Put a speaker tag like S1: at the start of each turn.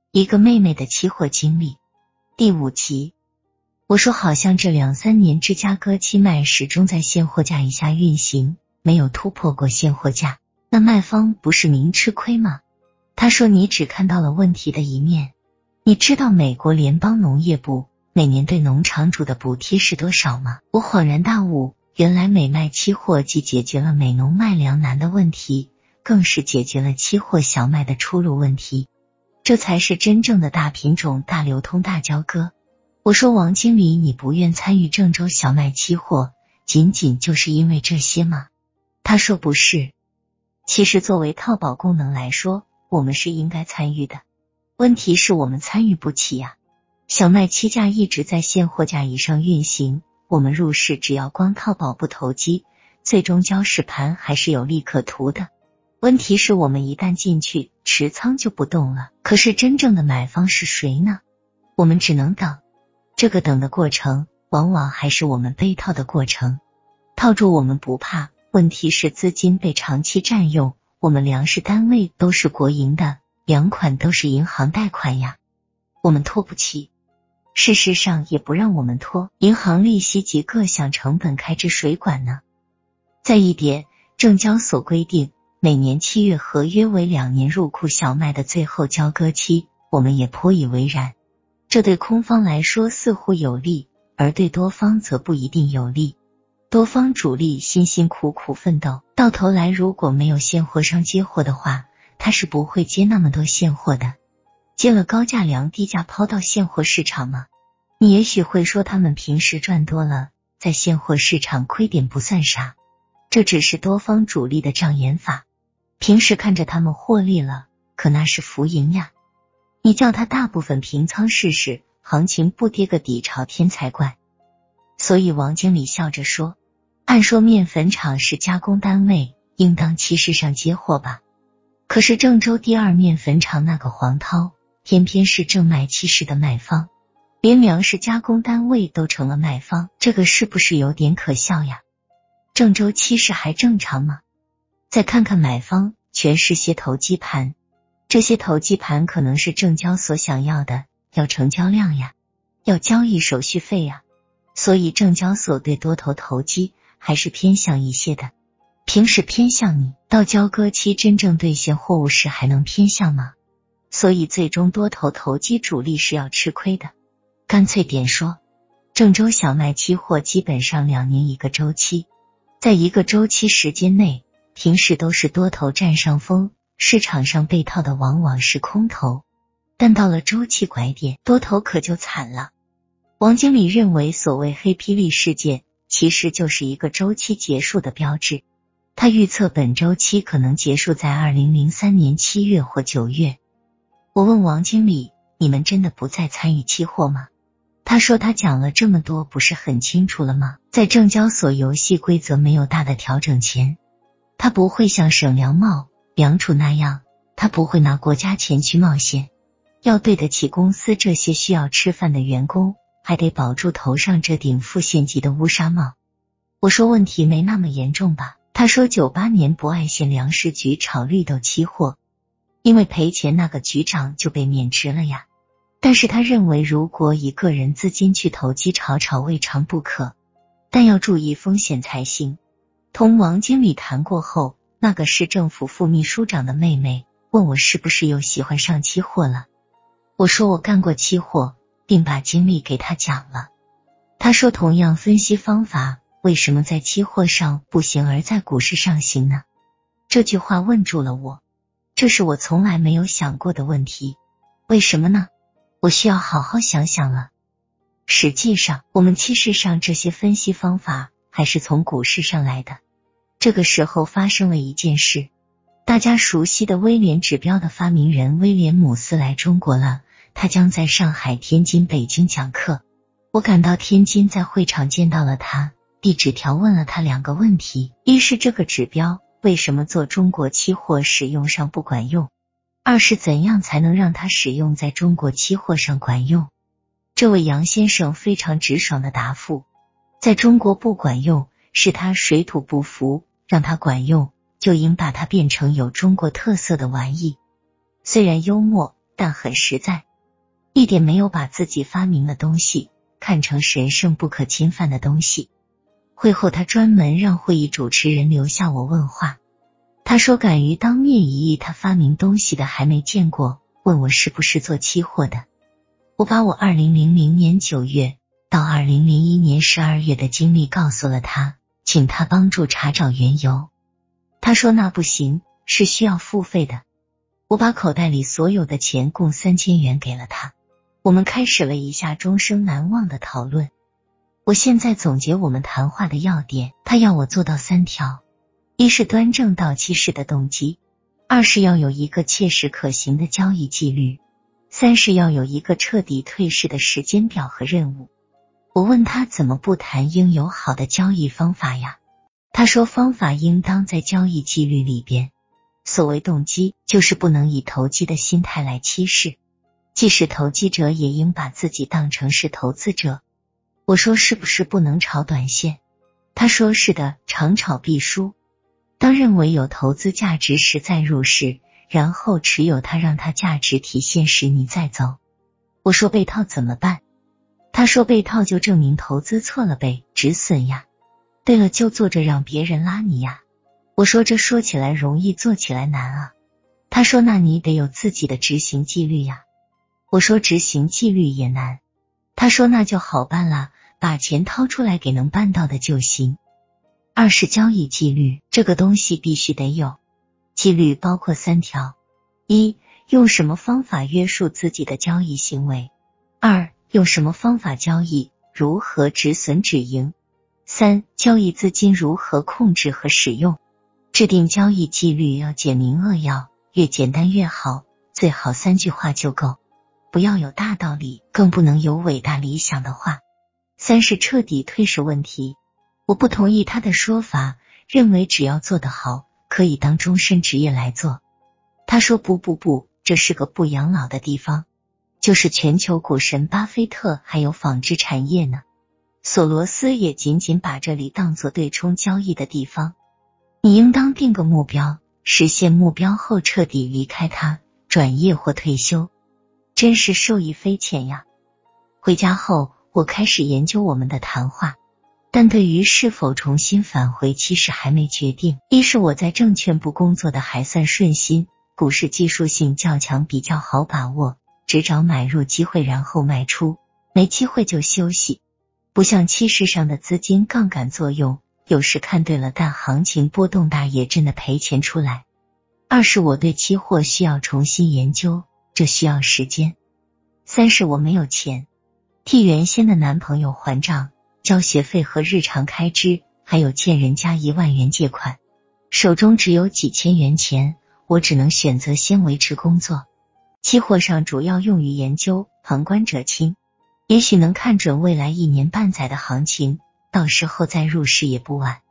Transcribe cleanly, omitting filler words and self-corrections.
S1: 一个妹妹的期货经历第5集。我说好像这2-3年芝加哥期卖始终在现货价以下运行，没有突破过现货价，那卖方不是明吃亏吗？他说你只看到了问题的一面。你知道美国联邦农业部每年对农场主的补贴是多少吗？我恍然大悟，原来美麦期货既解决了美农卖粮难的问题，更是解决了期货小麦的出路问题。这才是真正的大品种、大流通、大交割。我说王经理，你不愿参与郑州小麦期货，仅仅就是因为这些吗？他说不是。其实作为套保功能来说，我们是应该参与的。问题是我们参与不起呀。小麦期价一直在现货价以上运行，我们入市只要光套保不投机，最终交市盘还是有利可图的。问题是我们一旦进去，持仓就不动了。可是真正的买方是谁呢？我们只能等。这个等的过程，往往还是我们被套的过程。套住我们不怕，问题是资金被长期占用，我们粮食单位都是国营的，粮款都是银行贷款呀，我们拖不起。事实上也不让我们拖，银行利息及各项成本开支谁管呢？再一点，证交所规定每年7月合约为2年入库小麦的最后交割期，我们也颇以为然。这对空方来说似乎有利，而对多方则不一定有利。多方主力辛辛苦苦奋斗，到头来如果没有现货商接货的话，他是不会接那么多现货的。接了高价粮低价抛到现货市场吗？你也许会说他们平时赚多了，在现货市场亏点不算啥，这只是多方主力的障眼法。平时看着他们获利了，可那是浮盈呀。你叫他大部分平仓试试，行情不跌个底朝天才怪。所以王经理笑着说，按说面粉厂是加工单位，应当期市上接货吧。可是郑州第2面粉厂那个黄涛，偏偏是正卖期市的卖方，连粮食加工单位都成了卖方，这个是不是有点可笑呀？郑州期市还正常吗？再看看买方，全是些投机盘，这些投机盘可能是证交所想要的，要成交量呀，要交易手续费呀，所以证交所对多头投机还是偏向一些的。平时偏向你，到交割期真正兑现货物时还能偏向吗？所以最终多头投机主力是要吃亏的。干脆点说，郑州小麦期货基本上2年一个周期，在一个周期时间内，平时都是多头占上风，市场上被套的往往是空头，但到了周期拐点，多头可就惨了。王经理认为所谓黑霹雳事件其实就是一个周期结束的标志，他预测本周期可能结束在2003年7月或9月。我问王经理，你们真的不再参与期货吗？他说他讲了这么多不是很清楚了吗？在证交所游戏规则没有大的调整前，他不会像省粮贸、粮储那样，他不会拿国家钱去冒险，要对得起公司这些需要吃饭的员工，还得保住头上这顶副县级的乌纱帽。我说问题没那么严重吧？他说98年博爱县粮食局炒绿豆期货，因为赔钱那个局长就被免职了呀。但是他认为如果以个人资金去投机炒未尝不可，但要注意风险才行。同王经理谈过后，那个市政府副秘书长的妹妹问我是不是又喜欢上期货了。我说我干过期货，并把经历给他讲了。他说同样分析方法，为什么在期货上不行而在股市上行呢？这句话问住了我，这是我从来没有想过的问题。为什么呢？我需要好好想想了。实际上，我们期市上这些分析方法还是从股市上来的。这个时候发生了一件事，大家熟悉的威廉指标的发明人威廉姆斯来中国了，他将在上海、天津、北京讲课。我赶到天津，在会场见到了他，递纸条问了他2个问题，一是这个指标为什么做中国期货使用上不管用，二是怎样才能让它使用在中国期货上管用。这位杨先生非常直爽的答复，在中国不管用，是他水土不服，让它管用，就应把它变成有中国特色的玩意。虽然幽默， 但很实在，一点没有把自己发明的东西看成神圣不可侵犯的东西。会后他专门让会议主持人留下我问话，他说敢于当面一议他发明东西的还没见过，问我是不是做期货的。我把我2000年9月到2001年12月的经历告诉了他，请他帮助查找缘由。他说那不行，是需要付费的。我把口袋里所有的钱共3000元给了他，我们开始了一下终生难忘的讨论。我现在总结我们谈话的要点，他要我做到3条：一是端正到期时的动机，2是要有一个切实可行的交易纪律，3是要有一个彻底退市的时间表和任务。我问他怎么不谈应有好的交易方法呀？他说方法应当在交易纪律里边。所谓动机，就是不能以投机的心态来期市，即使投机者也应把自己当成是投资者。我说是不是不能炒短线？他说是的，长炒必输。当认为有投资价值时再入市，然后持有它，让它价值体现时你再走。我说被套怎么办？他说被套就证明投资错了呗，止损呀。对了，就坐着让别人拉你呀。我说这说起来容易，做起来难啊。他说那你得有自己的执行纪律呀。我说执行纪律也难。他说那就好办啦，把钱掏出来给能办到的就行。2是交易纪律，这个东西必须得有。纪律包括3条：一，用什么方法约束自己的交易行为；2，用什么方法交易，如何止损止盈；3，交易资金如何控制和使用。制定交易纪律要简明扼要，越简单越好，最好3句话就够，不要有大道理，更不能有伟大理想的话。3是彻底退市问题。我不同意他的说法，认为只要做得好，可以当终身职业来做。他说不，这是个不养老的地方，就是全球股神巴菲特还有纺织产业呢。索罗斯也仅仅把这里当作对冲交易的地方。你应当定个目标，实现目标后彻底离开它，转业或退休，真是受益匪浅呀。回家后我开始研究我们的谈话，但对于是否重新返回其实还没决定。一是我在证券部工作的还算顺心，股市技术性较强，比较好把握，只找买入机会然后卖出，没机会就休息，不像期市上的资金杠杆作用，有时看对了但行情波动大也真的赔钱出来。2是我对期货需要重新研究，这需要时间。3是我没有钱替原先的男朋友还账，交学费和日常开支，还有欠人家1万元借款，手中只有几千元钱，我只能选择先维持工作。期货上主要用于研究，旁观者清，也许能看准未来1年半载的行情，到时候再入市也不晚。